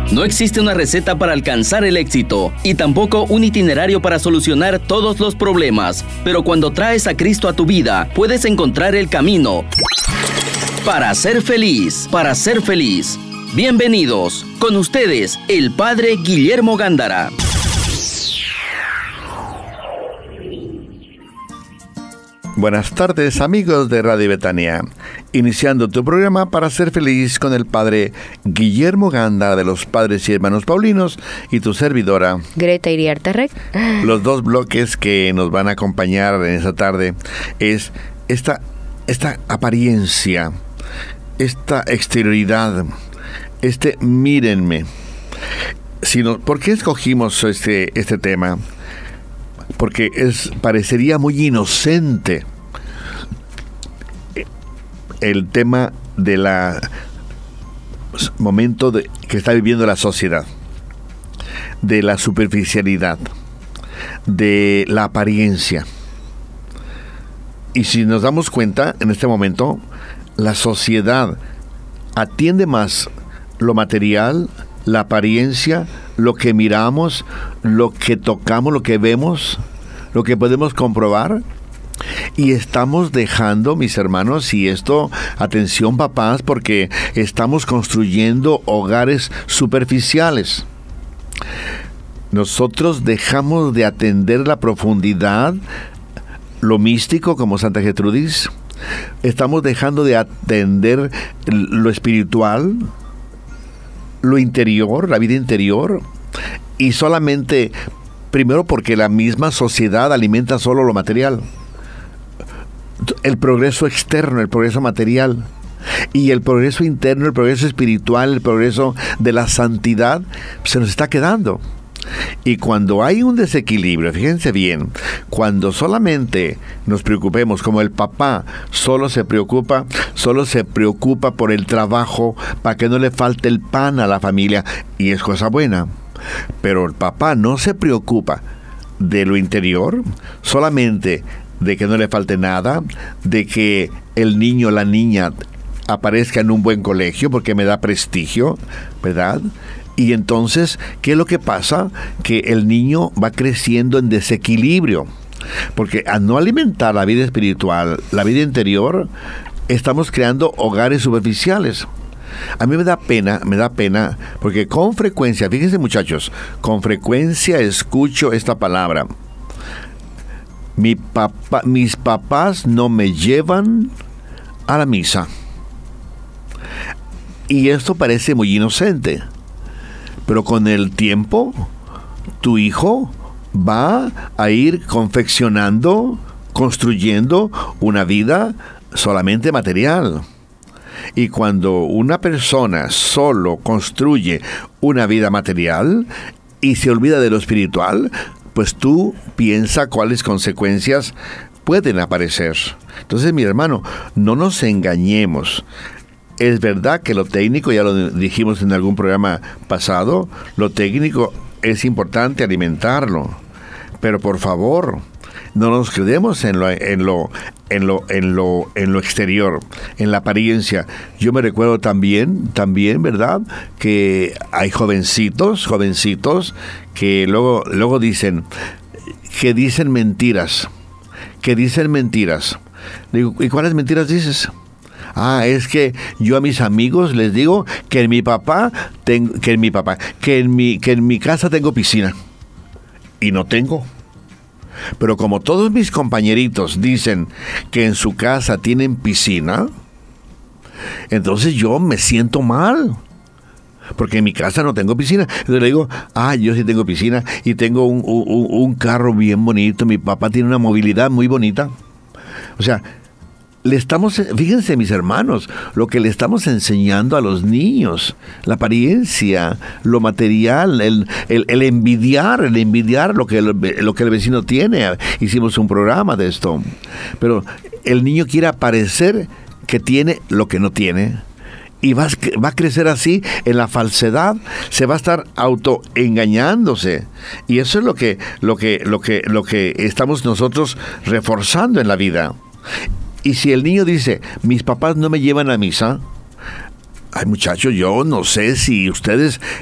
No existe una receta para alcanzar el éxito y tampoco un itinerario para solucionar todos los problemas. Pero cuando traes a Cristo a tu vida, puedes encontrar el camino para ser feliz, para ser feliz. Bienvenidos, con ustedes, el Padre Guillermo Gándara. Buenas tardes, amigos de Radio Betania. Iniciando tu programa para ser feliz con el Padre Guillermo Gándara de los Padres y Hermanos Paulinos y tu servidora Greta Iriarte-Rec. Los dos bloques que nos van a acompañar en esta tarde es esta apariencia, esta exterioridad, mírenme. ¿Por qué escogimos este tema? Porque parecería muy inocente el tema de momento que está viviendo la sociedad, de la superficialidad, de la apariencia. Y si nos damos cuenta, en este momento, la sociedad atiende más lo material, la apariencia, lo que miramos, lo que tocamos, lo que vemos, lo que podemos comprobar. Y estamos dejando, mis hermanos, y esto, atención papás, porque estamos construyendo hogares superficiales. Nosotros dejamos de atender la profundidad, lo místico, como Santa Gertrudis. Estamos dejando de atender lo espiritual, lo interior, la vida interior, y solamente, primero porque la misma sociedad alimenta solo lo material, el progreso externo, el progreso material, y el progreso interno, el progreso espiritual, el progreso de la santidad, se nos está quedando. Y cuando hay un desequilibrio, fíjense bien, cuando solamente nos preocupemos, como el papá solo se preocupa por el trabajo, para que no le falte el pan a la familia, y es cosa buena, pero el papá no se preocupa de lo interior, solamente de que no le falte nada, de que el niño o la niña aparezca en un buen colegio porque me da prestigio, ¿verdad? Y entonces, ¿qué es lo que pasa? Que el niño va creciendo en desequilibrio, porque al no alimentar la vida espiritual, la vida interior, estamos creando hogares superficiales. A mí me da pena, porque con frecuencia, fíjense muchachos, con frecuencia escucho esta palabra: mis papás no me llevan a la misa. Y esto parece muy inocente, pero con el tiempo, tu hijo va a ir confeccionando, construyendo una vida solamente material. Y cuando una persona solo construye una vida material y se olvida de lo espiritual, pues tú piensa cuáles consecuencias pueden aparecer. Entonces, mi hermano, no nos engañemos. Es verdad que lo técnico, ya lo dijimos en algún programa pasado, lo técnico es importante alimentarlo, pero por favor, no nos quedemos en lo exterior, en la apariencia. Yo me recuerdo también, ¿verdad?, que hay jovencitos que luego dicen mentiras. Digo, ¿y cuáles mentiras dices? Es que yo a mis amigos les digo que en mi casa tengo piscina. Y no tengo. Pero como todos mis compañeritos dicen que en su casa tienen piscina, entonces yo me siento mal, porque en mi casa no tengo piscina. Entonces le digo, yo sí tengo piscina y tengo un carro bien bonito, mi papá tiene una movilidad muy bonita. O sea, fíjense mis hermanos, lo que le estamos enseñando a los niños, la apariencia, lo material, el envidiar lo que el vecino tiene. Hicimos un programa de esto, pero el niño quiere aparecer que tiene lo que no tiene. Y va a crecer así en la falsedad, se va a estar autoengañándose. Y eso es lo que estamos nosotros reforzando en la vida. Y si el niño dice, mis papás no me llevan a misa, ay muchachos, yo no sé si ustedes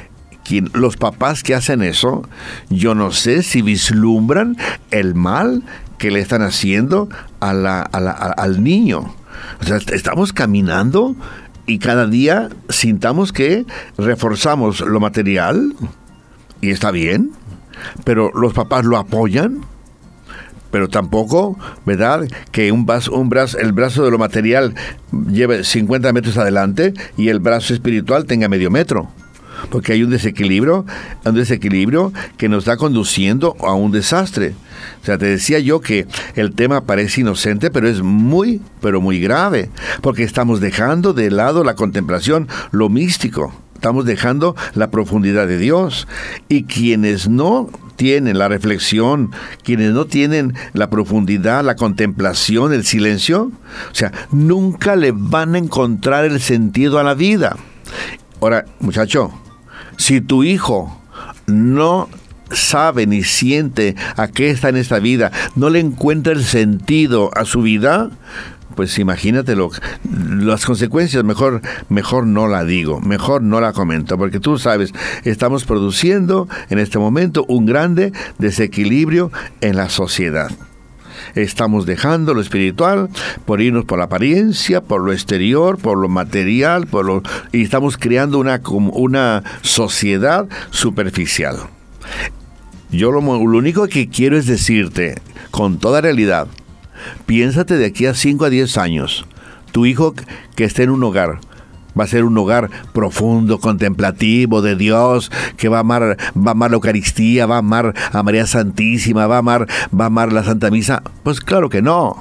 los papás que hacen eso, yo no sé si vislumbran el mal que le están haciendo al niño. O sea, estamos caminando y cada día sintamos que reforzamos lo material, y está bien, pero los papás lo apoyan. Pero tampoco, ¿verdad?, que el brazo de lo material lleve 50 metros adelante y el brazo espiritual tenga medio metro. Porque hay un desequilibrio que nos está conduciendo a un desastre. O sea, te decía yo que el tema parece inocente, pero es muy grave, porque estamos dejando de lado la contemplación, lo místico. Estamos dejando la profundidad de Dios. Y quienes no tienen la reflexión, quienes no tienen la profundidad, la contemplación, el silencio, o sea, nunca le van a encontrar el sentido a la vida. Ahora, muchacho, si tu hijo no sabe ni siente a qué está en esta vida, no le encuentra el sentido a su vida, pues imagínate las consecuencias. Mejor no la digo, mejor no la comento, porque tú sabes, estamos produciendo en este momento un grande desequilibrio en la sociedad. Estamos dejando lo espiritual por irnos por la apariencia, por lo exterior, por lo material, y estamos creando una sociedad superficial. Yo lo único que quiero es decirte, con toda realidad, piénsate de aquí a 5 a 10 años, tu hijo que esté en un hogar, va a ser un hogar profundo, contemplativo de Dios, que va a amar la Eucaristía, va a amar a María Santísima, va a amar la Santa Misa. Pues claro que no.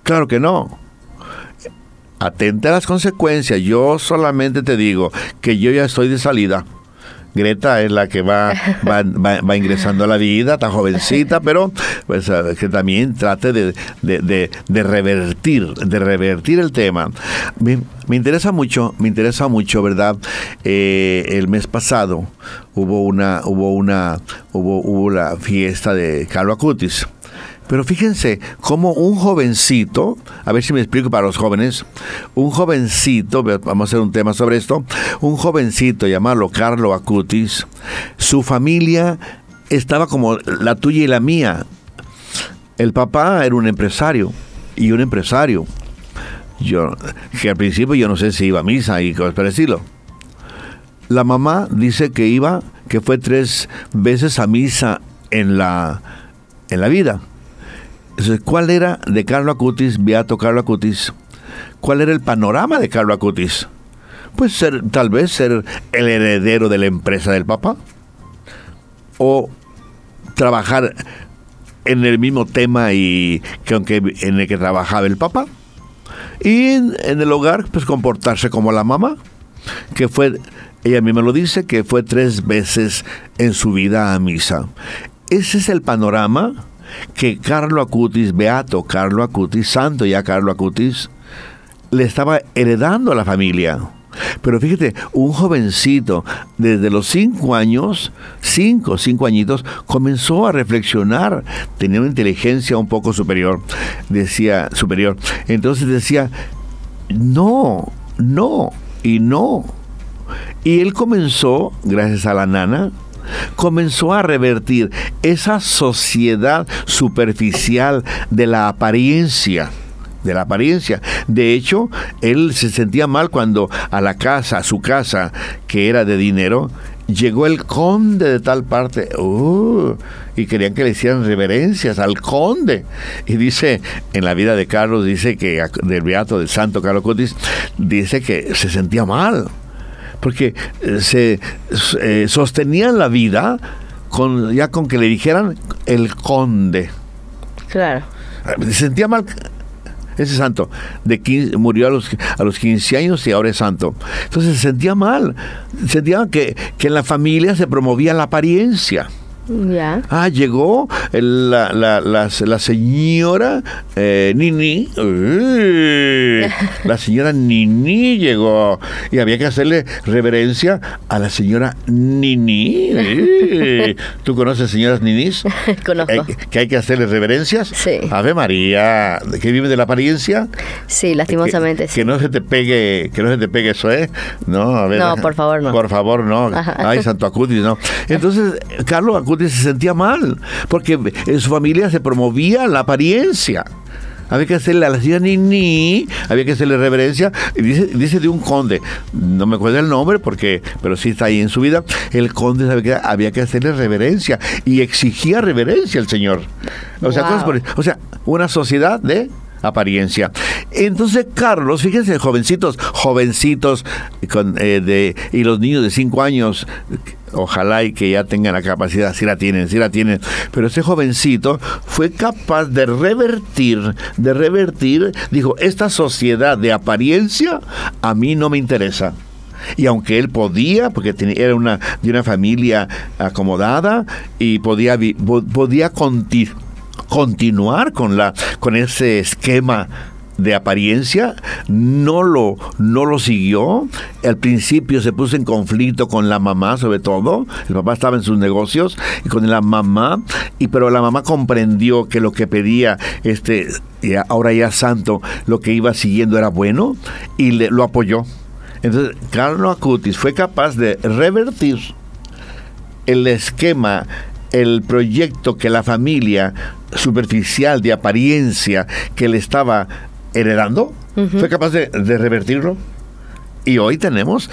Atenta a las consecuencias. Yo solamente te digo que yo ya estoy de salida. Greta es la que va ingresando a la vida, está jovencita, pero pues que también trate de revertir el tema. Me interesa mucho, ¿verdad? El mes pasado hubo la fiesta de Carlo Acutis. Pero fíjense cómo un jovencito, a ver si me explico para los jóvenes, vamos a hacer un tema sobre esto, un jovencito llamado Carlo Acutis, su familia estaba como la tuya y la mía. El papá era un empresario, que al principio yo no sé si iba a misa y cosas por el estilo. La mamá dice que fue 3 veces a misa en la vida. Entonces, ¿cuál era de Carlo Acutis, beato Carlo Acutis? ¿Cuál era el panorama de Carlo Acutis? Pues tal vez ser el heredero de la empresa del papá, o trabajar en el mismo tema en el que trabajaba el papá, y en el hogar pues comportarse como la mamá, que fue, ella misma lo dice, que fue 3 veces en su vida a misa. Ese es el panorama que Carlo Acutis, beato Carlo Acutis, santo ya Carlo Acutis, le estaba heredando a la familia. Pero fíjate, un jovencito desde los 5 años, 5 añitos, comenzó a reflexionar, tenía una inteligencia un poco superior. Entonces decía, no. Y él comenzó, gracias a la nana, comenzó a revertir esa sociedad superficial de la apariencia. De hecho, él se sentía mal cuando a su casa, que era de dinero, llegó el conde de tal parte, y querían que le hicieran reverencias al conde. Y dice, en la vida de Carlos, dice que, del beato, del santo Carlo Acutis, dice que se sentía mal, porque se sostenían la vida con que le dijeran el conde. Claro. Se sentía mal. Ese santo murió a los 15 años y ahora es santo. Entonces se sentía mal. Sentía que en la familia se promovía la apariencia. Ya. Llegó la señora Nini, la señora Nini llegó y había que hacerle reverencia a la señora Nini. ¿Tú conoces señoras Ninis? Conozco. ¿Que hay que hacerle reverencias? Sí. Ave María, ¿que vive de la apariencia? Sí, lastimosamente sí. Que no se te pegue eso, ¿eh? No, a ver. No, por favor, no. Por favor, no. Ajá. Ay, Santo Acutis, no. Entonces, Carlos Acutis se sentía mal, porque en su familia se promovía la apariencia. Había que hacerle a la señora Nini, había que hacerle reverencia. Y dice de un conde, no me acuerdo el nombre, pero sí está ahí en su vida. El conde había que hacerle reverencia y exigía reverencia al señor. O sea, Wow. Una sociedad de apariencia. Entonces, Carlos, fíjense, jovencitos y los niños de 5 años, ojalá y que ya tengan la capacidad, sí la tienen, pero ese jovencito fue capaz de revertir, dijo, esta sociedad de apariencia a mí no me interesa. Y aunque él podía, porque era de una familia acomodada y podía continuar con ese esquema de apariencia, no lo siguió. Al principio se puso en conflicto con la mamá, sobre todo. El papá estaba en sus negocios y con la mamá, pero la mamá comprendió que lo que pedía ahora ya santo, lo que iba siguiendo era bueno y lo apoyó. Entonces, Carlos Acutis fue capaz de revertir el esquema, el proyecto que la familia superficial de apariencia que le estaba heredando, fue capaz de revertirlo. Y hoy tenemos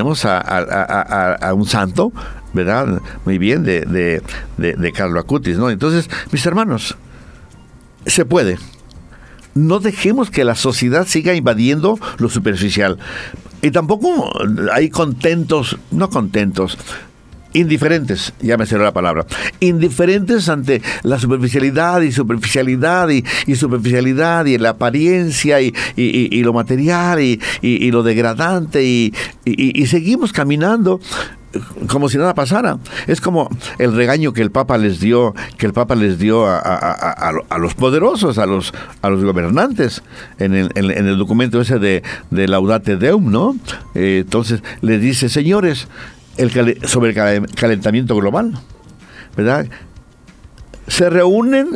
a un santo, ¿verdad? Muy bien, de Carlos Acutis, ¿no? Entonces, mis hermanos, se puede. No dejemos que la sociedad siga invadiendo lo superficial. Y tampoco hay indiferentes, ya me salió la palabra, indiferentes ante la superficialidad y la apariencia y lo material y lo degradante y seguimos caminando como si nada pasara. Es como el regaño que el Papa les dio a los poderosos, a los gobernantes en el documento ese de Laudate Deum, ¿no? Entonces les dice, señores, sobre el calentamiento global, ¿verdad? Se reúnen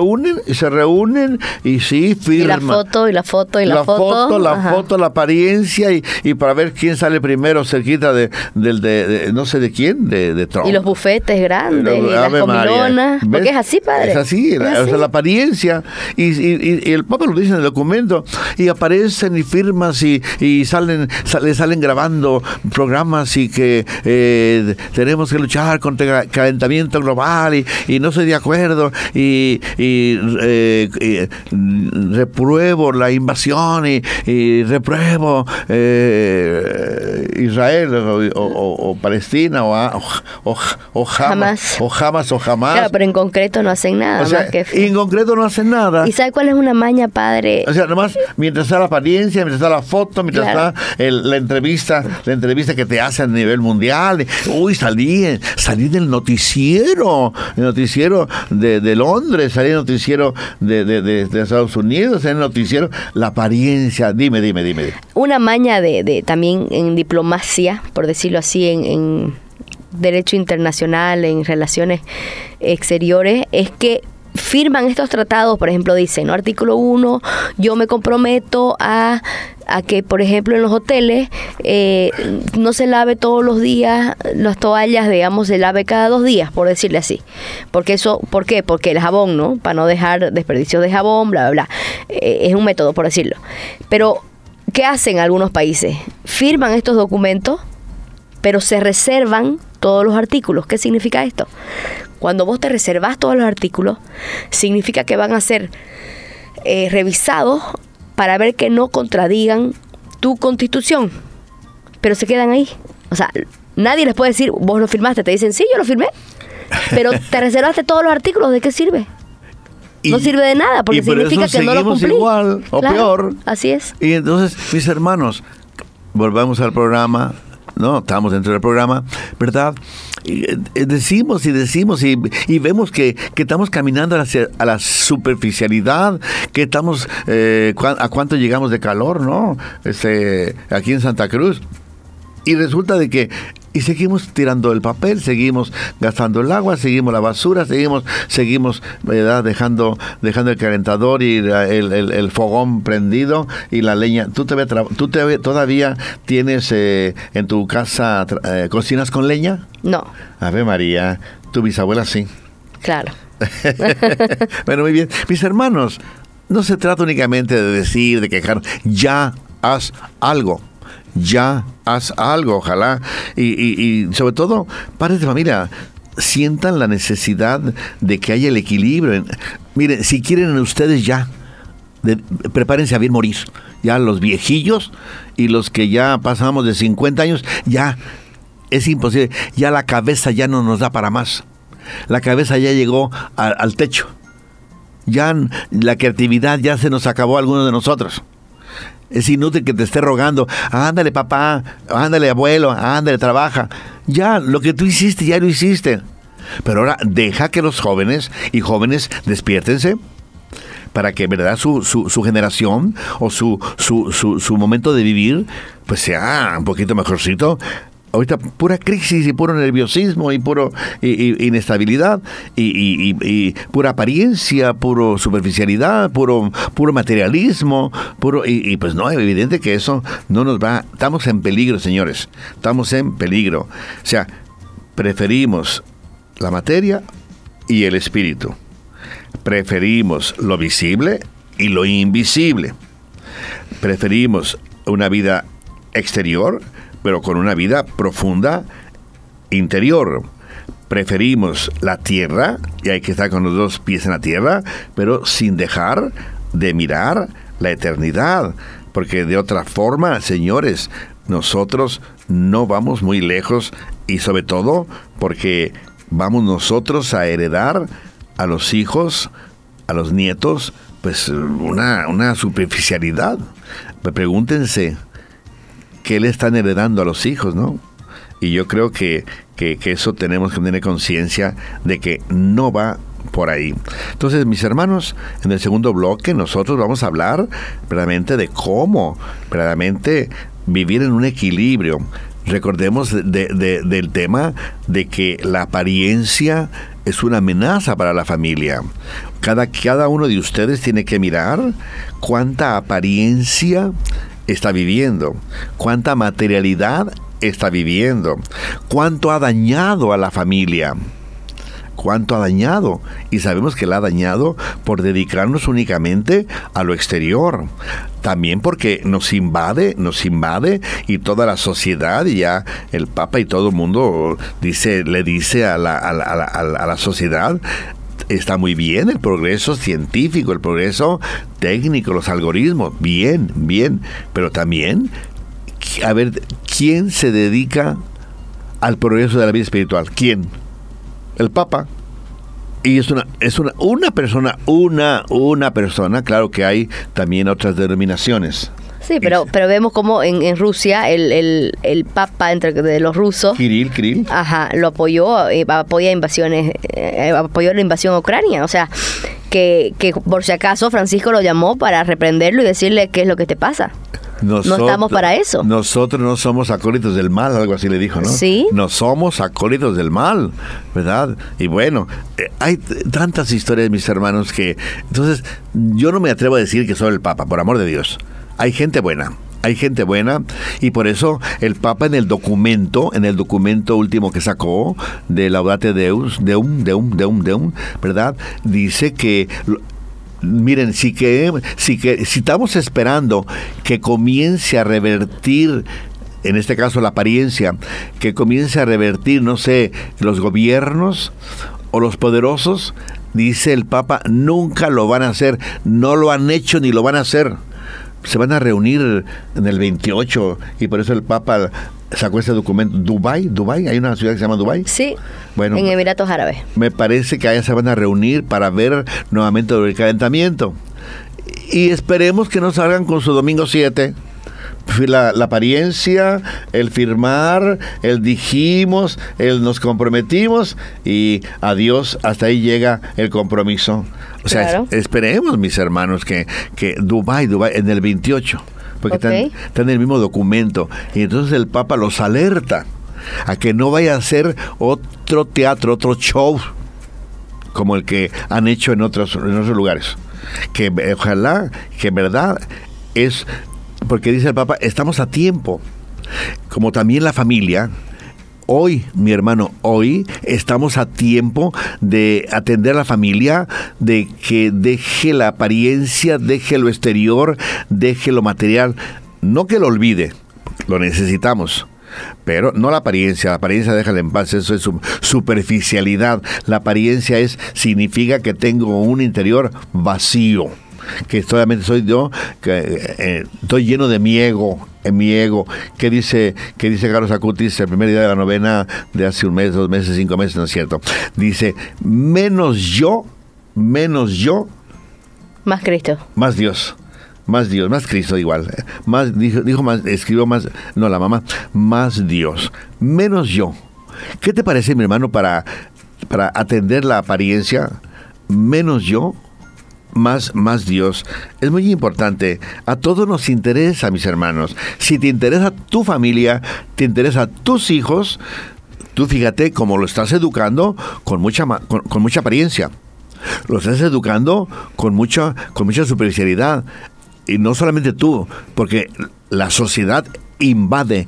y sí, firman. Y la foto, la apariencia y para ver quién sale primero cerquita de no sé de quién, de Trump. Y los bufetes grandes, y las comilonas. Porque es así, padre. Es así, o sea, la apariencia. Y el Papa lo dice en el documento, y aparecen y firmas y salen grabando programas y que tenemos que luchar contra el calentamiento global y no estoy de acuerdo. Y repruebo la invasión y repruebo Israel o Palestina o jamás. Claro, pero en concreto no hacen nada. O sea, en concreto no hacen nada. ¿Y sabe cuál es una maña, padre? O sea, nomás mientras está la apariencia, mientras está la foto, mientras está la entrevista que te hacen a nivel mundial. Uy, salí del noticiero. El noticiero de Londres, salí el noticiero de Estados Unidos, salí el noticiero, la apariencia. Dime. Una maña de también en diplomacia, por decirlo así, en derecho internacional, en relaciones exteriores, es que firman estos tratados. Por ejemplo, dicen, ¿no? Artículo 1, yo me comprometo a que, por ejemplo, en los hoteles no se lave todos los días las toallas, digamos, se lave cada 2 días, por decirle así. ¿Por qué? Porque el jabón, ¿no? Para no dejar desperdicios de jabón, bla, bla, bla. Es un método, por decirlo. Pero, ¿qué hacen algunos países? Firman estos documentos, pero se reservan todos los artículos. ¿Qué significa esto? Cuando vos te reservas todos los artículos, significa que van a ser revisados para ver que no contradigan tu constitución, pero se quedan ahí. O sea, nadie les puede decir, vos lo firmaste. Te dicen, sí, yo lo firmé, pero te reservaste todos los artículos. ¿De qué sirve? No sirve de nada, porque significa que no lo cumplí. Igual o peor. Así es. Y entonces, mis hermanos, volvamos al programa. ¿no? Estamos dentro del programa, ¿verdad? Y decimos y vemos que estamos caminando a la superficialidad, que estamos, ¿a cuánto llegamos de calor, no? Aquí en Santa Cruz. Y resulta de que seguimos tirando el papel, seguimos gastando el agua, seguimos la basura, seguimos ¿verdad? Dejando el calentador y el fogón prendido y la leña. ¿Tú todavía tienes en tu casa cocinas con leña? No. Ave María, tu bisabuela sí. Claro. Bueno, muy bien. Mis hermanos, no se trata únicamente de decir, de quejar, ya haz algo. Ya haz algo, ojalá. Y sobre todo, padres de familia, sientan la necesidad de que haya el equilibrio. Miren, si quieren ustedes ya, prepárense a bien morir. Ya los viejillos y los que ya pasamos de 50 años, ya es imposible. Ya la cabeza ya no nos da para más. La cabeza ya llegó al techo. Ya la creatividad ya se nos acabó a algunos de nosotros. Es inútil que te esté rogando, ándale papá, ándale abuelo, ándale trabaja. Ya, lo que tú hiciste, ya lo hiciste. Pero ahora deja que los jóvenes y jóvenes despiértense para que, ¿verdad?, su generación o su momento de vivir, pues sea un poquito mejorcito. Ahorita pura crisis y puro nerviosismo y puro inestabilidad y pura apariencia, puro superficialidad, puro materialismo, y pues no, es evidente que eso no nos va. Estamos en peligro, señores. Estamos en peligro. O sea, preferimos la materia y el espíritu. Preferimos lo visible y lo invisible. Preferimos una vida exterior, pero con una vida profunda interior. Preferimos la tierra, y hay que estar con los dos pies en la tierra, pero sin dejar de mirar la eternidad, porque de otra forma, señores, nosotros no vamos muy lejos, y sobre todo porque vamos nosotros a heredar a los hijos, a los nietos, pues una superficialidad. Pregúntense, ¿qué le están heredando a los hijos, no? Y yo creo que eso tenemos que tener conciencia de que no va por ahí. Entonces, mis hermanos, en el segundo bloque nosotros vamos a hablar verdaderamente de cómo verdaderamente vivir en un equilibrio. Recordemos del tema de que la apariencia es una amenaza para la familia. Cada uno de ustedes tiene que mirar cuánta apariencia está viviendo, cuánta materialidad está viviendo, cuánto ha dañado a la familia, cuánto ha dañado, y sabemos que la ha dañado por dedicarnos únicamente a lo exterior, también porque nos invade y toda la sociedad, y ya el Papa y todo el mundo le dice a la sociedad: está muy bien el progreso científico, el progreso técnico, los algoritmos, bien, pero también, a ver, ¿quién se dedica al progreso de la vida espiritual? ¿Quién? El Papa. Y es una persona, claro que hay también otras denominaciones. Sí, pero vemos como en Rusia el Papa de los rusos, Kirill, ajá, lo apoyó, apoyó la invasión a Ucrania. O sea, que por si acaso Francisco lo llamó para reprenderlo y decirle qué es lo que te pasa. No estamos para eso. Nosotros no somos acólitos del mal, algo así le dijo, ¿no? Sí. No somos acólitos del mal, ¿verdad? Y bueno, hay tantas historias, mis hermanos, que entonces yo no me atrevo a decir que soy el Papa, por amor de Dios. Hay gente buena, y por eso el Papa en el documento último que sacó de Laudate Deum, ¿verdad? Dice que, miren, si estamos esperando que comience a revertir, en este caso la apariencia, que comience a revertir, no sé, los gobiernos o los poderosos, dice el Papa, nunca lo van a hacer, no lo han hecho ni lo van a hacer. Se van a reunir en el 28 y por eso el Papa sacó ese documento. Dubái, hay una ciudad que se llama Dubái. Sí, bueno, en Emiratos Árabes. Me parece que allá se van a reunir para ver nuevamente el calentamiento. Y esperemos que no salgan con su domingo 7, la apariencia, el firmar, el dijimos, el nos comprometimos y adiós, hasta ahí llega el compromiso. O sea, claro. Esperemos, mis hermanos, que Dubái, en el 28, porque están en el mismo documento, y entonces el Papa los alerta a que no vaya a ser otro teatro, otro show, como el que han hecho en otros lugares. Que ojalá, que en verdad es, porque dice el Papa, estamos a tiempo, como también la familia. Hoy, mi hermano, hoy estamos a tiempo de atender a la familia, de que deje la apariencia, deje lo exterior, deje lo material. No que lo olvide, lo necesitamos. Pero no la apariencia déjala en paz, eso es superficialidad. La apariencia significa que tengo un interior vacío, que solamente soy yo, que estoy lleno de mi ego, ¿Qué dice Carlos Acutis el primer día de la novena de hace un mes, 2 meses, 5 meses? No es cierto. Dice, menos yo, más Cristo. Más Dios. Más Dios, más Cristo igual. Más, dijo más, escribió más, no la mamá, más Dios. Menos yo. ¿Qué te parece, mi hermano, para atender la apariencia? Menos yo, más Dios. Es muy importante. A todos nos interesa, mis hermanos. Si te interesa tu familia, te interesa tus hijos, tú fíjate cómo lo estás educando con mucha apariencia. Lo estás educando con mucha superficialidad. Y no solamente tú, porque la sociedad invade,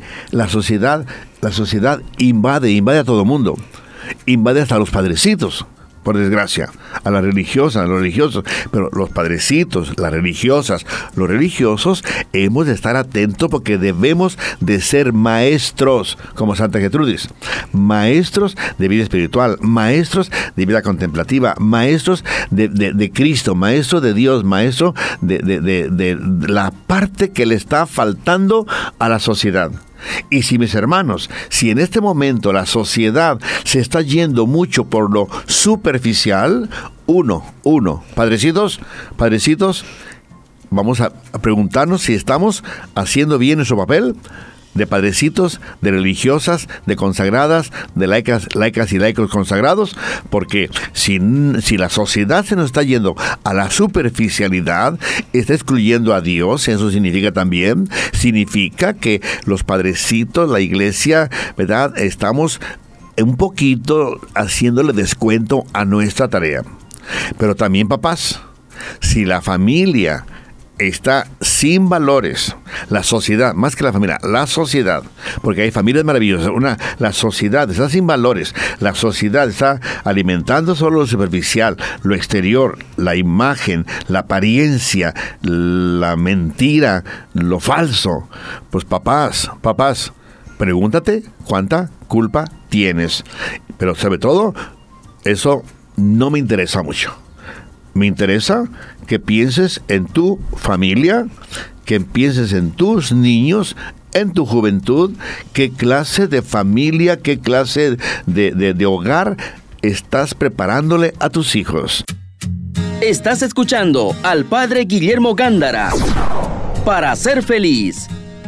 invade a todo el mundo, invade hasta a los padrecitos, por desgracia, a las religiosas, a los religiosos, pero los padrecitos, las religiosas, los religiosos, hemos de estar atentos porque debemos de ser maestros, como Santa Gertrudis, maestros de vida espiritual, maestros de vida contemplativa, maestros de Cristo, maestro de Dios, maestro de la parte que le está faltando a la sociedad. Y si, mis hermanos, si en este momento la sociedad se está yendo mucho por lo superficial, padrecitos, vamos a preguntarnos si estamos haciendo bien nuestro papel de padrecitos, de religiosas, de consagradas, de laicas y laicos consagrados, porque si la sociedad se nos está yendo a la superficialidad, está excluyendo a Dios. Eso significa que los padrecitos, la iglesia, ¿verdad?, estamos un poquito haciéndole descuento a nuestra tarea. Pero también, papás, si la familia está sin valores, la sociedad, más que la familia, la sociedad, porque hay familias maravillosas, la sociedad está sin valores, la sociedad está alimentando solo lo superficial, lo exterior, la imagen, la apariencia, la mentira, lo falso. Pues papás, pregúntate cuánta culpa tienes. Pero sobre todo, eso no me interesa mucho. Me interesa que pienses en tu familia, que pienses en tus niños, en tu juventud, qué clase de familia, qué clase de hogar estás preparándole a tus hijos. Estás escuchando al Padre Guillermo Gándara, para ser feliz.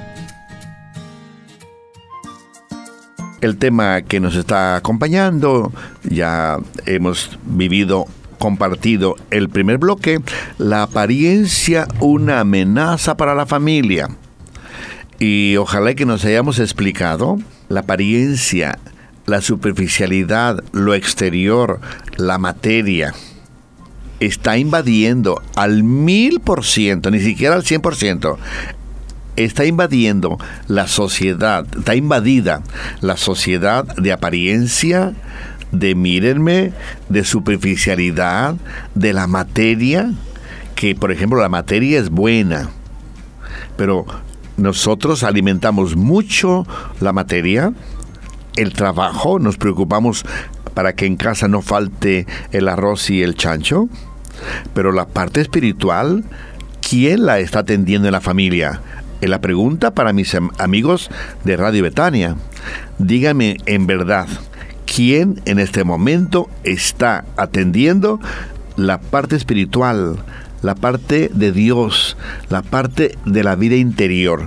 El tema que nos está acompañando, ya hemos compartido el primer bloque, la apariencia, una amenaza para la familia. Y ojalá que nos hayamos explicado la apariencia, la superficialidad, lo exterior, la materia, está invadiendo al 1000%, ni siquiera al 100%. Está invadiendo la sociedad, está invadida la sociedad de apariencia, de mírenme, de superficialidad, de la materia, que por ejemplo la materia es buena, pero nosotros alimentamos mucho la materia, el trabajo, nos preocupamos para que en casa no falte el arroz y el chancho, pero la parte espiritual, ¿quién la está atendiendo en la familia? Es la pregunta para mis amigos de Radio Betania. Díganme en verdad, ¿quién en este momento está atendiendo la parte espiritual, la parte de Dios, la parte de la vida interior?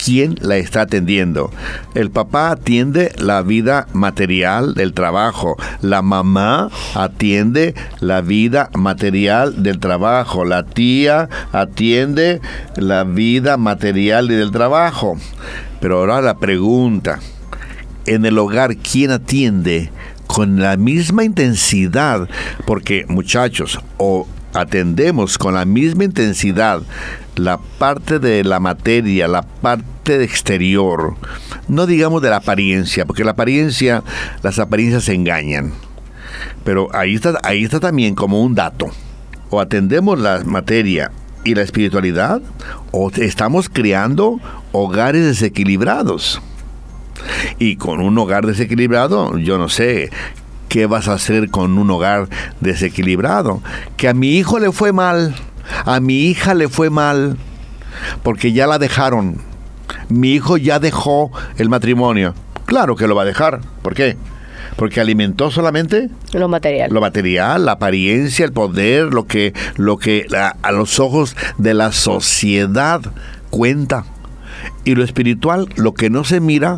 ¿quién la está atendiendo? El papá atiende la vida material del trabajo. La mamá atiende la vida material del trabajo. La tía atiende la vida material del trabajo. Pero ahora la pregunta, en el hogar, ¿quién atiende con la misma intensidad? Porque, muchachos, o atendemos con la misma intensidad la parte de la materia, la parte exterior, no digamos de la apariencia, porque las apariencias engañan, pero ahí está también como un dato. O atendemos la materia y la espiritualidad, o estamos creando hogares desequilibrados. Y con un hogar desequilibrado, yo no sé qué vas a hacer con un hogar desequilibrado. Que a mi hijo le fue mal, a mi hija le fue mal, porque ya la dejaron. Mi hijo ya dejó el matrimonio. Claro que lo va a dejar. ¿Por qué? Porque alimentó solamente lo material, la apariencia, el poder, lo que a los ojos de la sociedad cuenta. Y lo espiritual, lo que no se mira,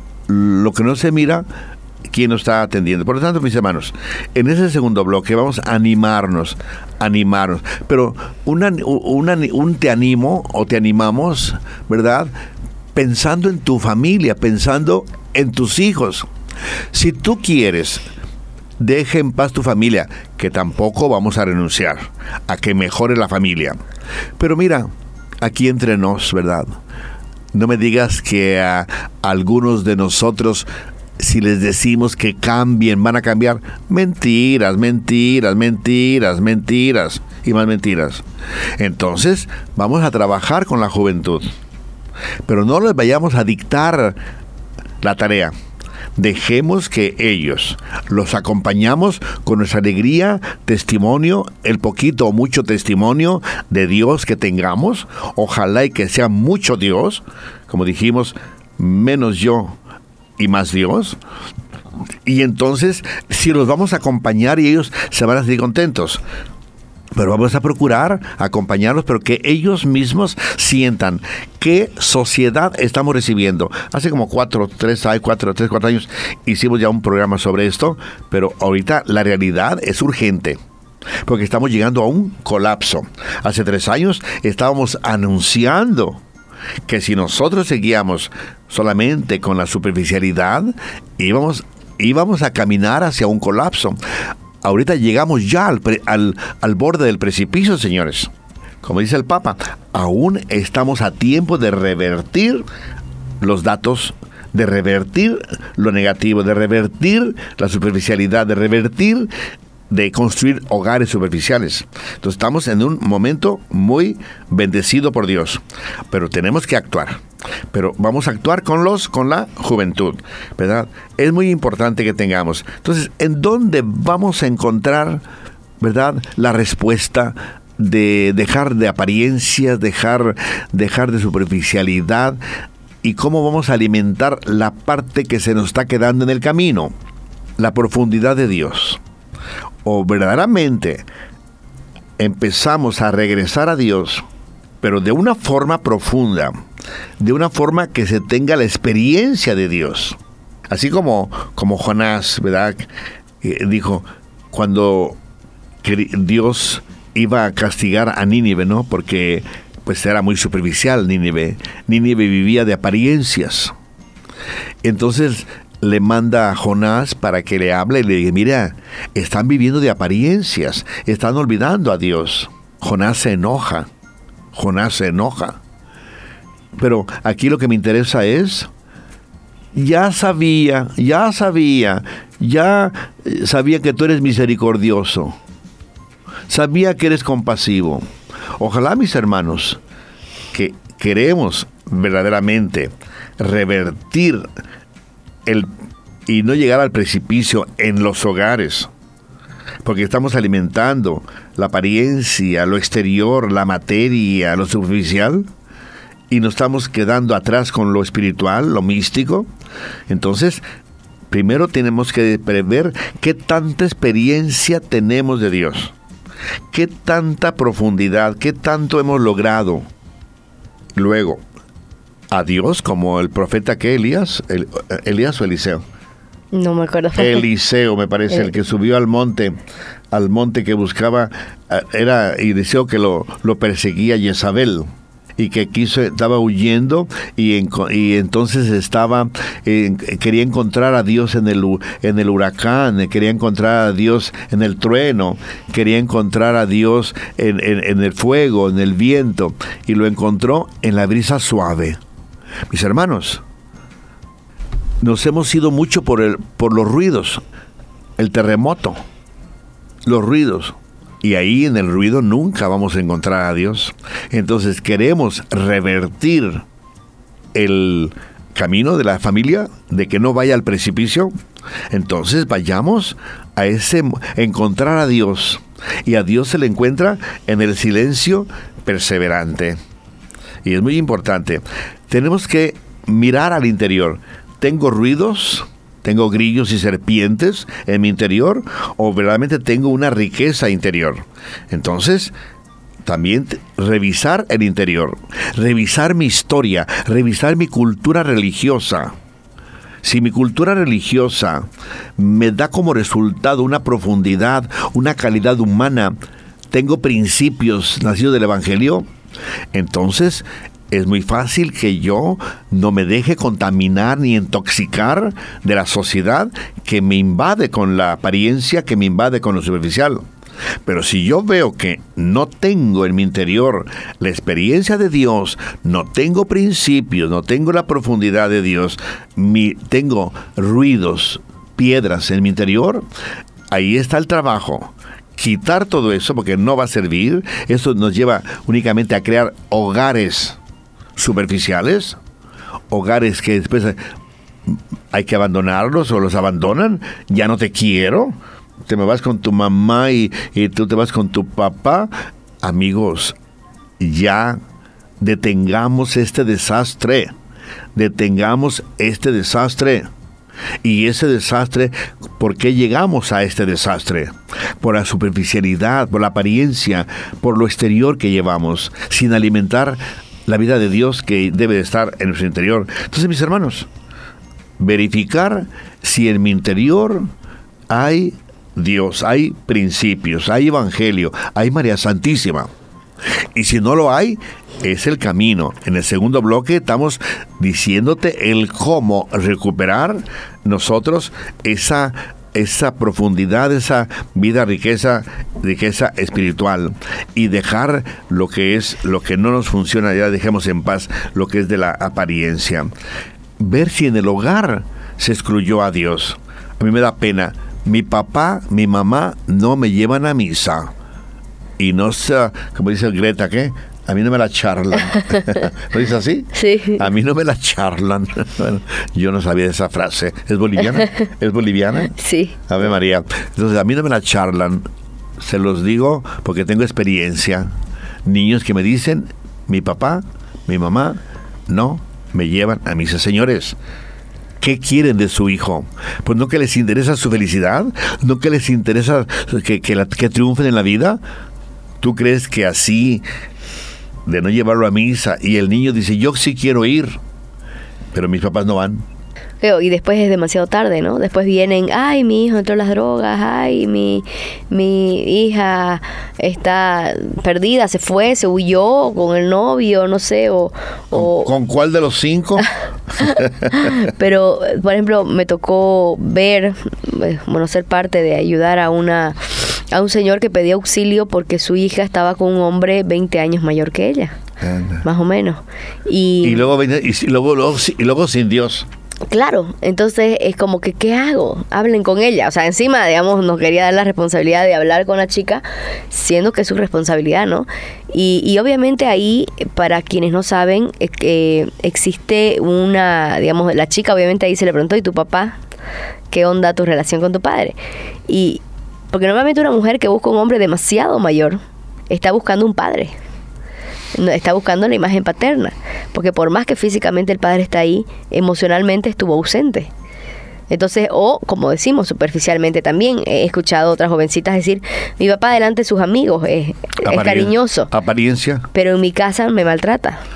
¿quién nos está atendiendo? Por lo tanto, mis hermanos, en ese segundo bloque vamos a animarnos. Pero un te animo o te animamos, ¿verdad? Pensando en tu familia, pensando en tus hijos. Si tú quieres, deja en paz tu familia, que tampoco vamos a renunciar a que mejore la familia. Pero mira, aquí entre nos, ¿verdad? No me digas que a algunos de nosotros, si les decimos que cambien, van a cambiar. Mentiras y más mentiras. Entonces, vamos a trabajar con la juventud. Pero no les vayamos a dictar la tarea. Dejemos que ellos, los acompañamos con nuestra alegría, testimonio, el poquito o mucho testimonio de Dios que tengamos. Ojalá y que sea mucho Dios, como dijimos, menos yo y más Dios. Y entonces, si los vamos a acompañar y ellos se van a sentir contentos. Pero vamos a procurar acompañarlos, pero que ellos mismos sientan qué sociedad estamos recibiendo. Hace como 4 años hicimos ya un programa sobre esto, pero ahorita la realidad es urgente, porque estamos llegando a un colapso. Hace 3 años estábamos anunciando que si nosotros seguíamos solamente con la superficialidad, íbamos a caminar hacia un colapso. Ahorita llegamos ya al borde del precipicio, señores. Como dice el Papa, aún estamos a tiempo de revertir los datos, de revertir lo negativo, de revertir la superficialidad, de construir hogares superficiales. Entonces estamos en un momento muy bendecido por Dios, pero tenemos que actuar. Pero vamos a actuar con la juventud, ¿verdad? Es muy importante que tengamos. Entonces, ¿en dónde vamos a encontrar, verdad, la respuesta de dejar de apariencias, dejar de superficialidad? ¿Y cómo vamos a alimentar la parte que se nos está quedando en el camino? La profundidad de Dios. O verdaderamente empezamos a regresar a Dios, pero de una forma profunda, de una forma que se tenga la experiencia de Dios. Así como Jonás, ¿verdad? Dijo, cuando Dios iba a castigar a Nínive, ¿no? Porque pues era muy superficial Nínive. Nínive vivía de apariencias. Entonces le manda a Jonás para que le hable y le diga, mira, están viviendo de apariencias, están olvidando a Dios. Jonás se enoja. Pero aquí lo que me interesa es, ya sabía que tú eres misericordioso, sabía que eres compasivo. Ojalá, mis hermanos, que queremos verdaderamente revertir y no llegar al precipicio en los hogares, porque estamos alimentando la apariencia, lo exterior, la materia, lo superficial, y nos estamos quedando atrás con lo espiritual, lo místico. Entonces, primero tenemos que prever qué tanta experiencia tenemos de Dios, qué tanta profundidad, qué tanto hemos logrado. Luego, a Dios como el profeta que Elías o Eliseo. No me acuerdo. Eliseo, me parece, el que subió al monte que buscaba, era Eliseo que lo perseguía Jezabel, y que estaba huyendo, y entonces quería encontrar a Dios en el huracán, quería encontrar a Dios en el trueno, quería encontrar a Dios en el fuego, en el viento, y lo encontró en la brisa suave. Mis hermanos, nos hemos ido mucho por los ruidos, el terremoto, los ruidos. Y ahí en el ruido nunca vamos a encontrar a Dios. Entonces queremos revertir el camino de la familia, de que no vaya al precipicio. Entonces vayamos a encontrar a Dios. Y a Dios se le encuentra en el silencio perseverante. Y es muy importante. Tenemos que mirar al interior. ¿Tengo ruidos? ¿Tengo grillos y serpientes en mi interior? ¿O verdaderamente tengo una riqueza interior? Entonces, también revisar el interior, revisar mi historia, revisar mi cultura religiosa. Si mi cultura religiosa me da como resultado una profundidad, una calidad humana, tengo principios nacidos del Evangelio, entonces es muy fácil que yo no me deje contaminar ni intoxicar de la sociedad que me invade con la apariencia, que me invade con lo superficial. Pero si yo veo que no tengo en mi interior la experiencia de Dios, no tengo principios, no tengo la profundidad de Dios, tengo ruidos, piedras en mi interior, ahí está el trabajo. Quitar todo eso, porque no va a servir. Eso nos lleva únicamente a crear hogares superficiales, hogares que después hay que abandonarlos o los abandonan. Ya no te quiero, te me vas con tu mamá y tú te vas con tu papá. Amigos, ya detengamos este desastre, Y ese desastre, ¿por qué llegamos a este desastre? Por la superficialidad, por la apariencia, por lo exterior que llevamos, sin alimentar la vida de Dios que debe de estar en nuestro interior. Entonces, mis hermanos, verificar si en mi interior hay Dios, hay principios, hay Evangelio, hay María Santísima. Y si no lo hay, es el camino. En el segundo bloque estamos diciéndote el cómo recuperar nosotros esa profundidad, esa vida, riqueza espiritual, y dejar lo que no nos funciona, ya dejemos en paz lo que es de la apariencia. Ver si en el hogar se excluyó a Dios. A mí me da pena. Mi papá, mi mamá no me llevan a misa. Y no sé, como dice Greta, ¿qué? A mí no me la charlan. ¿Lo dice así? Sí. A mí no me la charlan. Bueno, yo no sabía de esa frase. ¿Es boliviana? ¿Es boliviana? Sí. Ave María. Entonces, a mí no me la charlan. Se los digo porque tengo experiencia. Niños que me dicen, mi papá, mi mamá, no me llevan a misa. Señores, ¿qué quieren de su hijo? Pues no que les interesa su felicidad, no que les interesa que triunfen en la vida. ¿Tú crees que así, de no llevarlo a misa, y el niño dice, yo sí quiero ir, pero mis papás no van? Y después es demasiado tarde, ¿no? Después vienen, ay, mi hijo entró en las drogas, ay, mi hija está perdida, se fue, se huyó con el novio, no sé, ¿Con cuál de los 5? Pero, por ejemplo, me tocó ver, ser parte de ayudar a un señor que pedía auxilio porque su hija estaba con un hombre 20 años mayor que ella, más o menos. Y luego sin Dios. Claro, entonces es como que, ¿qué hago? Hablen con ella. O sea, encima, digamos, nos quería dar la responsabilidad de hablar con la chica, siendo que es su responsabilidad, ¿no? Y obviamente ahí, para quienes no saben, existe digamos, la chica obviamente ahí se le preguntó, ¿y tu papá? ¿Qué onda tu relación con tu padre? Y porque normalmente una mujer que busca un hombre demasiado mayor está buscando un padre. Está buscando la imagen paterna, porque por más que físicamente el padre está ahí, emocionalmente estuvo ausente. Entonces, o como decimos superficialmente también, he escuchado a otras jovencitas decir, mi papá delante de sus amigos es cariñoso, apariencia, pero en mi casa me maltrata.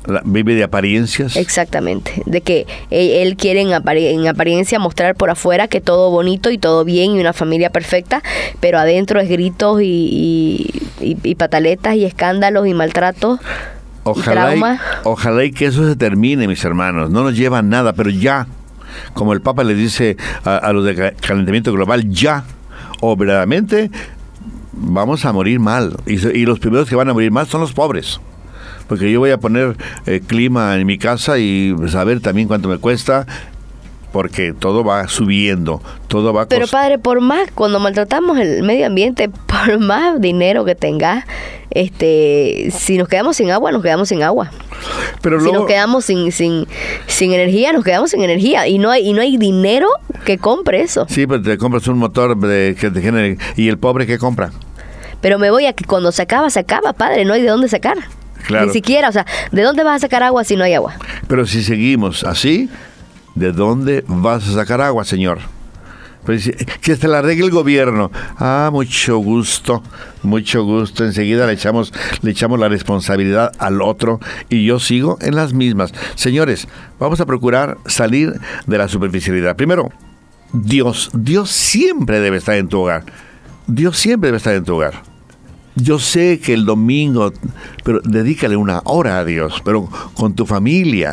Vive de apariencias. Exactamente, de que él quiere en apariencia mostrar por afuera que todo bonito y todo bien y una familia perfecta, pero adentro es gritos y pataletas y escándalos y maltratos. Ojalá y que eso se termine, mis hermanos. No nos lleva a nada, pero ya, como el Papa le dice a los de calentamiento global, ya, o verdaderamente vamos a morir mal. Y los primeros que van a morir mal son los pobres. Porque yo voy a poner clima en mi casa y saber también cuánto me cuesta, porque todo va subiendo, todo va... Pero padre, por más, cuando maltratamos el medio ambiente, por más dinero que tengas, si nos quedamos sin agua, nos quedamos sin agua. Pero luego, si nos quedamos sin energía, nos quedamos sin energía. Y no hay dinero que compre eso. Sí, pero te compras un motor que te genere... ¿Y el pobre qué compra? Pero me voy a que cuando se acaba, padre, no hay de dónde sacar. Claro. Ni siquiera, o sea, ¿de dónde vas a sacar agua si no hay agua? Pero si seguimos así, ¿de dónde vas a sacar agua, señor? Pero que se la arregle el gobierno. Mucho gusto. Enseguida le echamos la responsabilidad al otro y yo sigo en las mismas. Señores, vamos a procurar salir de la superficialidad. Primero, Dios siempre debe estar en tu hogar. Dios siempre debe estar en tu hogar. Yo sé que el domingo, pero dedícale una hora a Dios, pero con tu familia.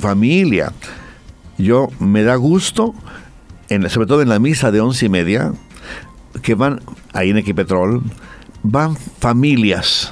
Yo me da gusto, sobre todo en la misa de 11:30, que van, ahí en Equipetrol, van familias,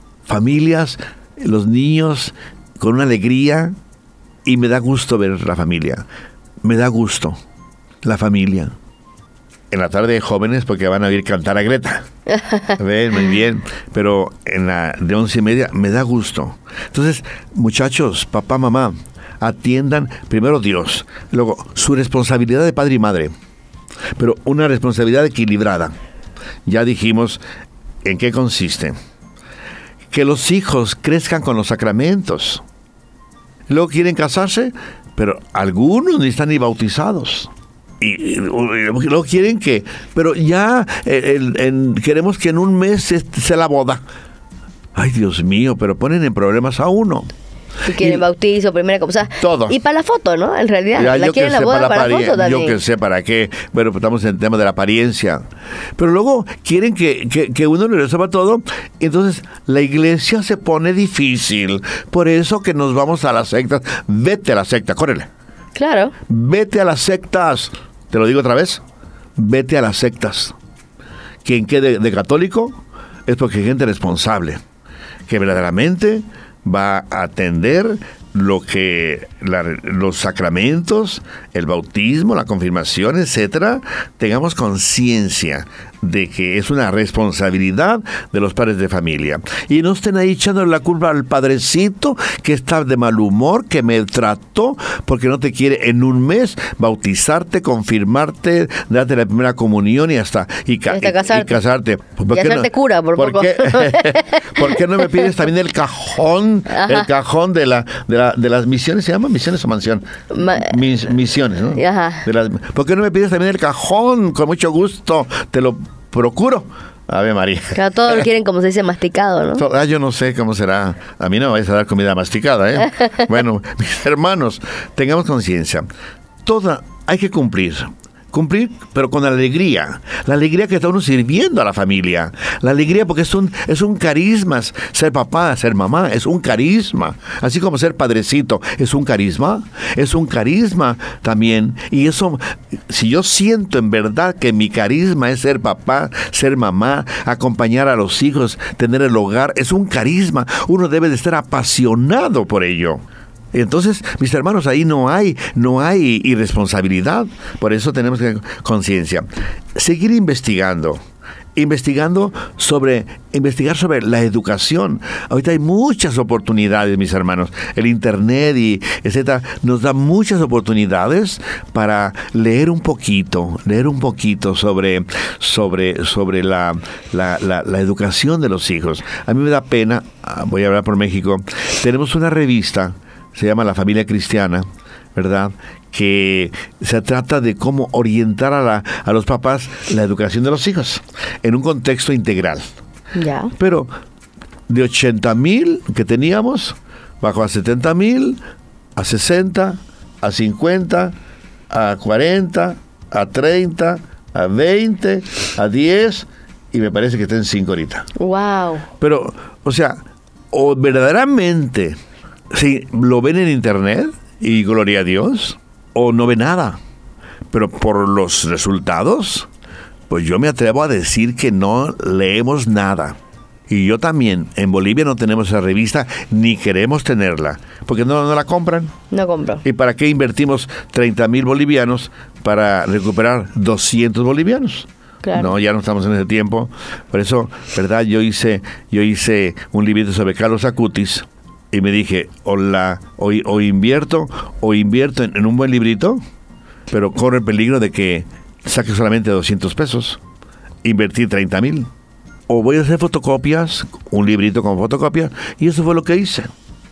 los niños con una alegría, y me da gusto ver la familia. Me da gusto la familia. En la tarde de jóvenes, porque van a ir cantar a Greta. Ven, muy bien. Pero en la de 11:30 me da gusto. Entonces, muchachos, papá, mamá, atiendan primero Dios, luego su responsabilidad de padre y madre, pero una responsabilidad equilibrada. Ya dijimos en qué consiste. Que los hijos crezcan con los sacramentos. Luego quieren casarse, pero algunos ni están ni bautizados. Y luego quieren pero ya queremos que en un mes sea la boda. Ay, Dios mío, pero ponen en problemas a uno. Si quieren bautizo, primera cosa. Todo. Y para la foto, ¿no? En realidad, la quieren la boda para la foto también. Yo que sé para qué. Bueno, pues estamos en el tema de la apariencia. Pero luego quieren que uno le resuelva todo. Entonces, la iglesia se pone difícil. Por eso que nos vamos a las sectas. Vete a la secta, córrele. Claro. Vete a las sectas. Te lo digo otra vez. Vete a las sectas. Quien quede de católico es porque hay gente responsable, que verdaderamente va a atender los sacramentos, el bautismo, la confirmación, etcétera. Tengamos conciencia de que es una responsabilidad de los padres de familia. Y no estén ahí echándole la culpa al padrecito que está de mal humor, que me trató porque no te quiere en un mes bautizarte, confirmarte, darte la primera comunión y casarte. Y hacerte cura por poco. ¿Por qué no me pides también el cajón? Ajá. El cajón de las misiones, ¿se llama misiones o mansión? Misiones, ¿no? Ajá. ¿Por qué no me pides también el cajón? Con mucho gusto, te lo procuro. Ave María. Claro, todos lo quieren, como se dice, masticado, ¿no? Yo no sé cómo será. A mí no me vais a dar comida masticada, ¿eh? Bueno, mis hermanos, tengamos conciencia. Hay que cumplir, pero con alegría. La alegría que está uno sirviendo a la familia. La alegría porque es un carisma. Ser papá, ser mamá, es un carisma. Así como ser padrecito, es un carisma. Es un carisma también. Y eso, si yo siento en verdad que mi carisma es ser papá, ser mamá, acompañar a los hijos, tener el hogar, es un carisma. Uno debe de estar apasionado por ello. Entonces, mis hermanos, ahí no hay irresponsabilidad. Por eso tenemos que tener conciencia. Seguir investigar sobre la educación. Ahorita hay muchas oportunidades, mis hermanos. El internet y etcétera nos da muchas oportunidades para leer un poquito sobre la educación de los hijos. A mí me da pena, voy a hablar por México. Tenemos una revista, se llama La Familia Cristiana, ¿verdad?, que se trata de cómo orientar a los papás la educación de los hijos en un contexto integral. Ya. Pero de 80,000 que teníamos, Bajo a 70,000, a 60, a 50, a 40, a 30, a 20, a 10, y me parece que está en 5 ahorita. Wow. Pero, o sea, o verdaderamente si lo ven en internet, y gloria a Dios, o no ve nada. Pero por los resultados, pues yo me atrevo a decir que no leemos nada. Y yo también, en Bolivia no tenemos esa revista, ni queremos tenerla, porque no la compran. No compro. ¿Y para qué invertimos 30,000 bolivianos para recuperar 200 bolivianos? Claro. No, ya no estamos en ese tiempo. Por eso, ¿verdad? Yo hice un librito sobre Carlos Acutis y me dije, o invierto en un buen librito, pero corre el peligro de que saque solamente 200 pesos, invertir 30,000. O voy a hacer fotocopias, un librito con fotocopias, y eso fue lo que hice.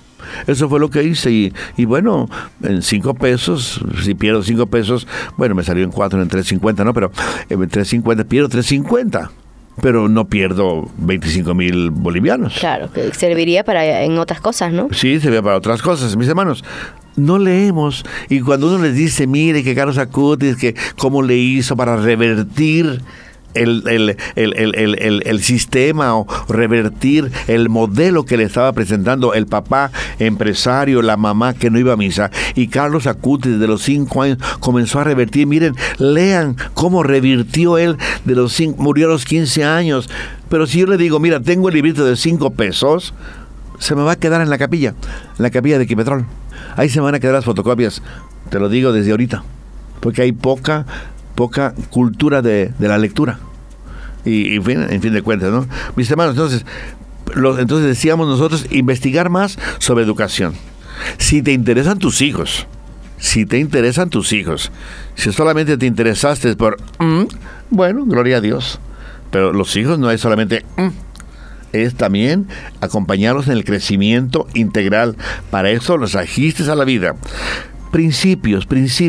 Y bueno, en 5 pesos, si pierdo 5 pesos, bueno, me salió en 4, en 3.50, ¿no? Pero en 3.50 pierdo 3.50. Pero no pierdo 25,000 bolivianos. Claro, que serviría en otras cosas, ¿no? Sí, serviría para otras cosas. Mis hermanos, no leemos. Y cuando uno les dice, mire que Carlos Acutis, que cómo le hizo para revertir el sistema o revertir el modelo que le estaba presentando el papá empresario, la mamá que no iba a misa, y Carlos Acutis desde los 5 años comenzó a revertir. Miren, lean cómo revirtió él de los 5, murió a los 15 años. Pero si yo le digo, mira, tengo el librito de 5 pesos, se me va a quedar en la capilla de Equipetrol. Ahí se me van a quedar las fotocopias, te lo digo desde ahorita, porque hay poca cultura de la lectura. Y en fin de cuentas, ¿no? Mis hermanos, entonces decíamos nosotros, investigar más sobre educación. Si te interesan tus hijos, si solamente te interesaste por bueno, gloria a Dios. Pero los hijos no es solamente es también acompañarlos en el crecimiento integral. Para eso los ajustes a la vida. Principios.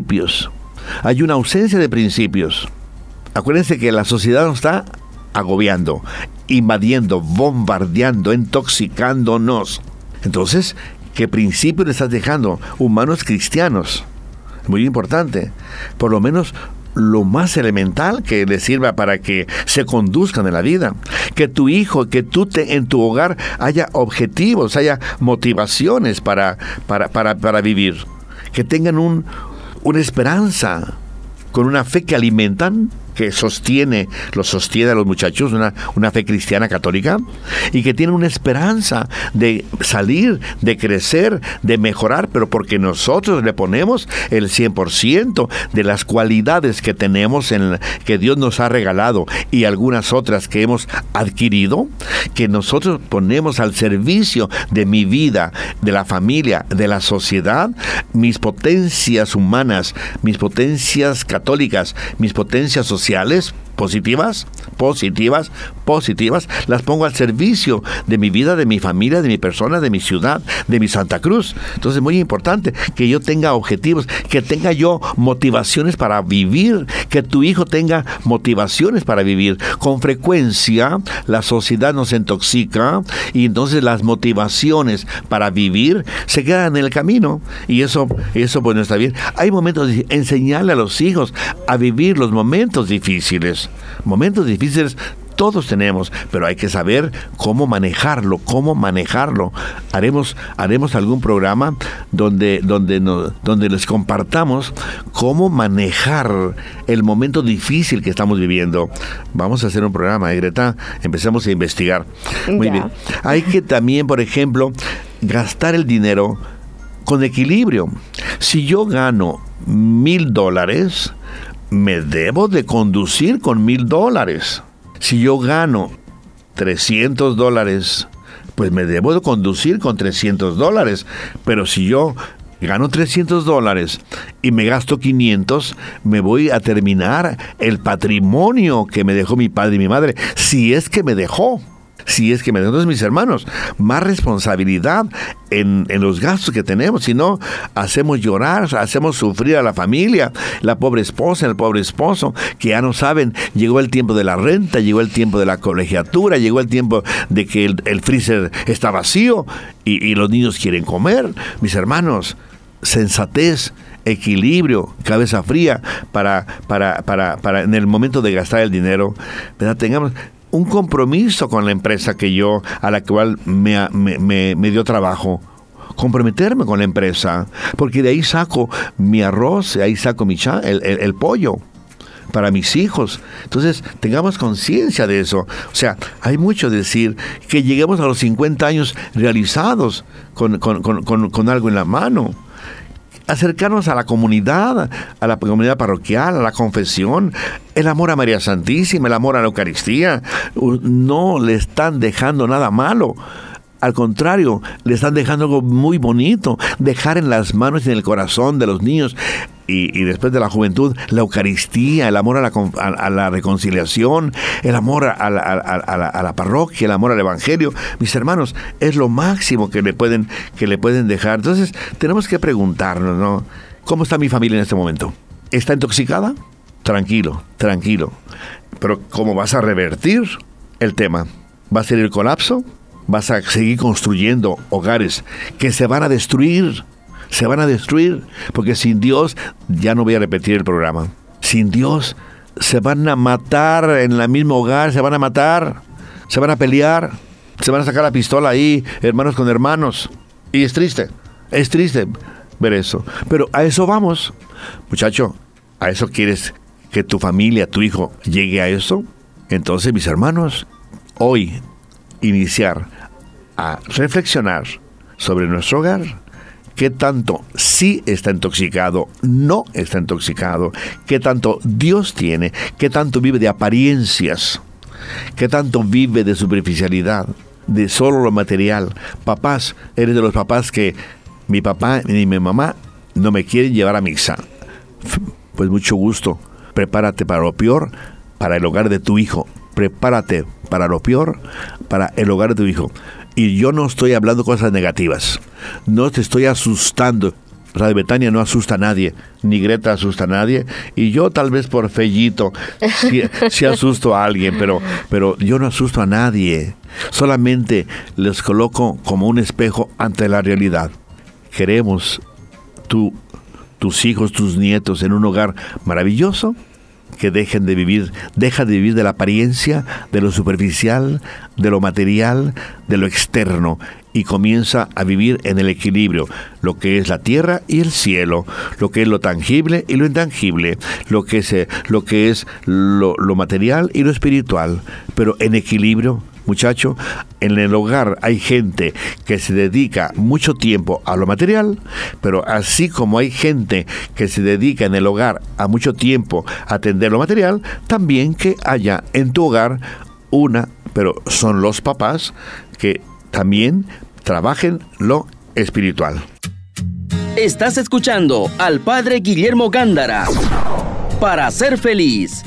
Hay una ausencia de principios. Acuérdense que la sociedad nos está agobiando, invadiendo, bombardeando, intoxicándonos. Entonces, ¿qué principios le estás dejando? Humanos cristianos. Muy importante. Por lo menos lo más elemental que les sirva para que se conduzcan en la vida. Que tu hijo, en tu hogar haya objetivos, haya motivaciones para vivir. Que tengan una esperanza, con una fe que alimentan, que los sostiene a los muchachos, una fe cristiana católica, y que tienen una esperanza de salir, de crecer, de mejorar, pero porque nosotros le ponemos el 100% de las cualidades que tenemos, que Dios nos ha regalado, y algunas otras que hemos adquirido, que nosotros ponemos al servicio de mi vida, de la familia, de la sociedad, mis potencias humanas, mis potencias católicas, mis potencias sociales, positivas, las pongo al servicio de mi vida, de mi familia, de mi persona, de mi ciudad, de mi Santa Cruz. Entonces es muy importante que yo tenga objetivos, que tenga yo motivaciones para vivir, que tu hijo tenga motivaciones para vivir. Con frecuencia la sociedad nos intoxica y entonces las motivaciones para vivir se quedan en el camino, y eso pues no está bien. Hay momentos de enseñarle a los hijos a vivir los momentos difíciles. Momentos difíciles todos tenemos, pero hay que saber cómo manejarlo. Haremos algún programa donde les compartamos cómo manejar el momento difícil que estamos viviendo. Vamos a hacer un programa, Greta, empezamos a investigar. Muy bien. Hay que también, por ejemplo, gastar el dinero con equilibrio. Si yo gano $1,000, me debo de conducir con $1,000. Si yo gano $300, pues me debo de conducir con $300. Pero si yo gano $300 y me gasto 500, me voy a terminar el patrimonio que me dejó mi padre y mi madre, si es que me dejó. Si es que entonces, mis hermanos, más responsabilidad en los gastos que tenemos. Si no, hacemos llorar, hacemos sufrir a la familia, la pobre esposa, el pobre esposo, que ya no saben, llegó el tiempo de la renta, llegó el tiempo de la colegiatura, llegó el tiempo de que el freezer está vacío y los niños quieren comer. Mis hermanos, sensatez, equilibrio, cabeza fría para en el momento de gastar el dinero, ¿verdad? Tengamos un compromiso con la empresa a la cual me dio trabajo. Comprometerme con la empresa, porque de ahí saco mi arroz, de ahí saco el pollo para mis hijos. Entonces, tengamos conciencia de eso. O sea, hay mucho decir que lleguemos a los 50 años realizados con algo en la mano. Acercarnos a la comunidad parroquial, a la confesión, el amor a María Santísima, el amor a la Eucaristía. No le están dejando nada malo. Al contrario, le están dejando algo muy bonito. Dejar en las manos y en el corazón de los niños y después de la juventud, la Eucaristía, el amor a la reconciliación, el amor a la parroquia, el amor al Evangelio. Mis hermanos, es lo máximo que le pueden dejar. Entonces, tenemos que preguntarnos, ¿no? ¿Cómo está mi familia en este momento? ¿Está intoxicada? Tranquilo. Pero ¿cómo vas a revertir el tema? ¿Va a ser el colapso? ¿Vas a seguir construyendo hogares que se van a destruir? Se van a destruir, porque sin Dios, ya no voy a repetir el programa, sin Dios se van a matar en el mismo hogar, se van a matar, se van a pelear, se van a sacar la pistola ahí, hermanos con hermanos, y es triste ver eso, pero a eso vamos, muchacho, ¿a eso quieres que tu familia, tu hijo, llegue a eso? Entonces, mis hermanos, hoy iniciar a reflexionar sobre nuestro hogar. ¿Qué tanto sí está intoxicado, no está intoxicado? ¿Qué tanto Dios tiene? ¿Qué tanto vive de apariencias? ¿Qué tanto vive de superficialidad? De solo lo material. Papás, eres de los papás que mi papá ni mi mamá no me quieren llevar a misa. Pues mucho gusto. Prepárate para lo peor, para el hogar de tu hijo. Prepárate para lo peor, para el hogar de tu hijo. Y yo no estoy hablando cosas negativas. No te estoy asustando. Radio Betania no asusta a nadie, ni Greta asusta a nadie. Y yo tal vez por fellito sí asusto a alguien, pero yo no asusto a nadie. Solamente les coloco como un espejo ante la realidad. Queremos tus hijos, tus nietos en un hogar maravilloso, que deja de vivir de la apariencia, de lo superficial, de lo material, de lo externo, y comienza a vivir en el equilibrio, lo que es la tierra y el cielo, lo que es lo tangible y lo intangible, lo que es lo material y lo espiritual, pero en equilibrio. Muchacho, en el hogar hay gente que se dedica mucho tiempo a lo material, pero así como hay gente que se dedica en el hogar a mucho tiempo a atender lo material, también que haya en tu hogar pero son los papás que también trabajen lo espiritual. Estás escuchando al Padre Guillermo Gándara para ser feliz.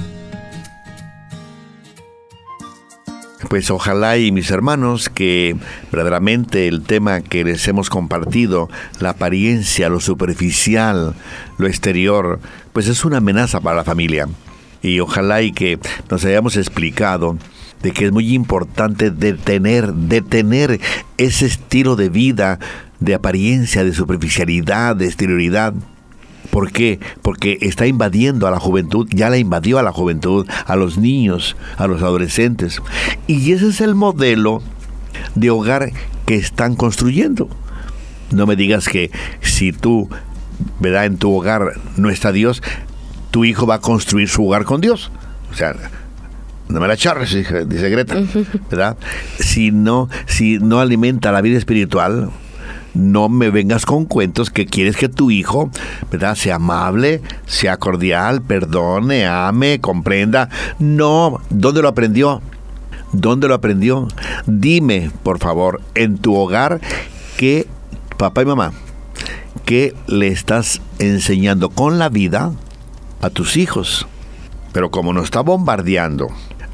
Pues ojalá, y mis hermanos, que verdaderamente el tema que les hemos compartido, la apariencia, lo superficial, lo exterior, pues es una amenaza para la familia. Y ojalá y que nos hayamos explicado de que es muy importante detener ese estilo de vida, de apariencia, de superficialidad, de exterioridad. ¿Por qué? Porque está invadiendo a la juventud, ya la invadió a la juventud, a los niños, a los adolescentes. Y ese es el modelo de hogar que están construyendo. No me digas que si tú, ¿verdad?, en tu hogar no está Dios, tu hijo va a construir su hogar con Dios. O sea, no me la charres, dice Greta, ¿verdad? Si no alimenta la vida espiritual, no me vengas con cuentos que quieres que tu hijo, ¿verdad?, sea amable, sea cordial, perdone, ame, comprenda. No, ¿dónde lo aprendió? ¿Dónde lo aprendió? Dime, por favor, en tu hogar, que papá y mamá, ¿qué le estás enseñando con la vida a tus hijos? Pero como nos está bombardeando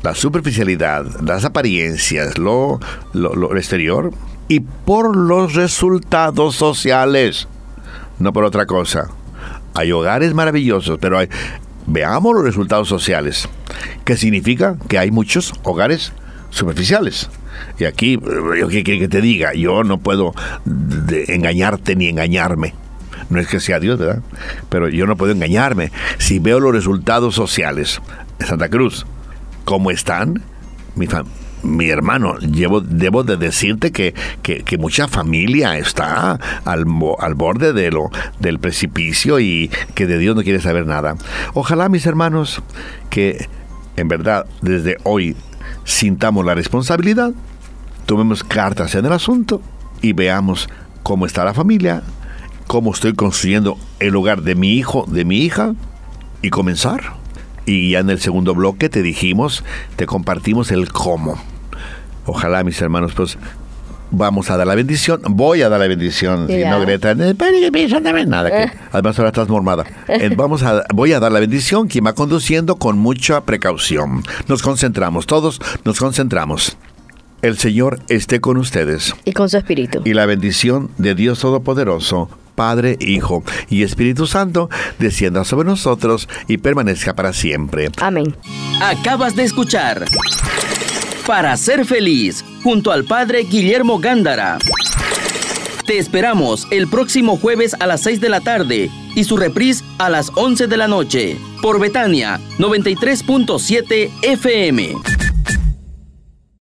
la superficialidad, las apariencias, lo exterior, y por los resultados sociales, no por otra cosa. Hay hogares maravillosos, pero veamos los resultados sociales. ¿Qué significa? Que hay muchos hogares superficiales. Y aquí, ¿qué quiere que te diga? Yo no puedo engañarte ni engañarme. No es que sea Dios, ¿verdad? Pero yo no puedo engañarme. Si veo los resultados sociales en Santa Cruz, ¿cómo están? Mi hermano, debo de decirte que mucha familia está al borde del precipicio y que de Dios no quiere saber nada. Ojalá, mis hermanos, que en verdad desde hoy sintamos la responsabilidad, tomemos cartas en el asunto y veamos cómo está la familia, cómo estoy construyendo el hogar de mi hijo, de mi hija, y comenzar. Y ya en el segundo bloque te compartimos el cómo. Ojalá, mis hermanos, pues vamos a dar la bendición. Voy a dar la bendición. Si no, Greta, nada, que además ahora estás mormada. Voy a dar la bendición, quien va conduciendo con mucha precaución. Nos concentramos, todos nos concentramos. El Señor esté con ustedes. Y con su espíritu. Y la bendición de Dios Todopoderoso, Padre, Hijo y Espíritu Santo, descienda sobre nosotros y permanezca para siempre. Amén. Acabas de escuchar Para Ser Feliz, junto al Padre Guillermo Gándara. Te esperamos el próximo jueves a las 6 de la tarde y su reprise a las 11 de la noche por Betania 93.7 FM.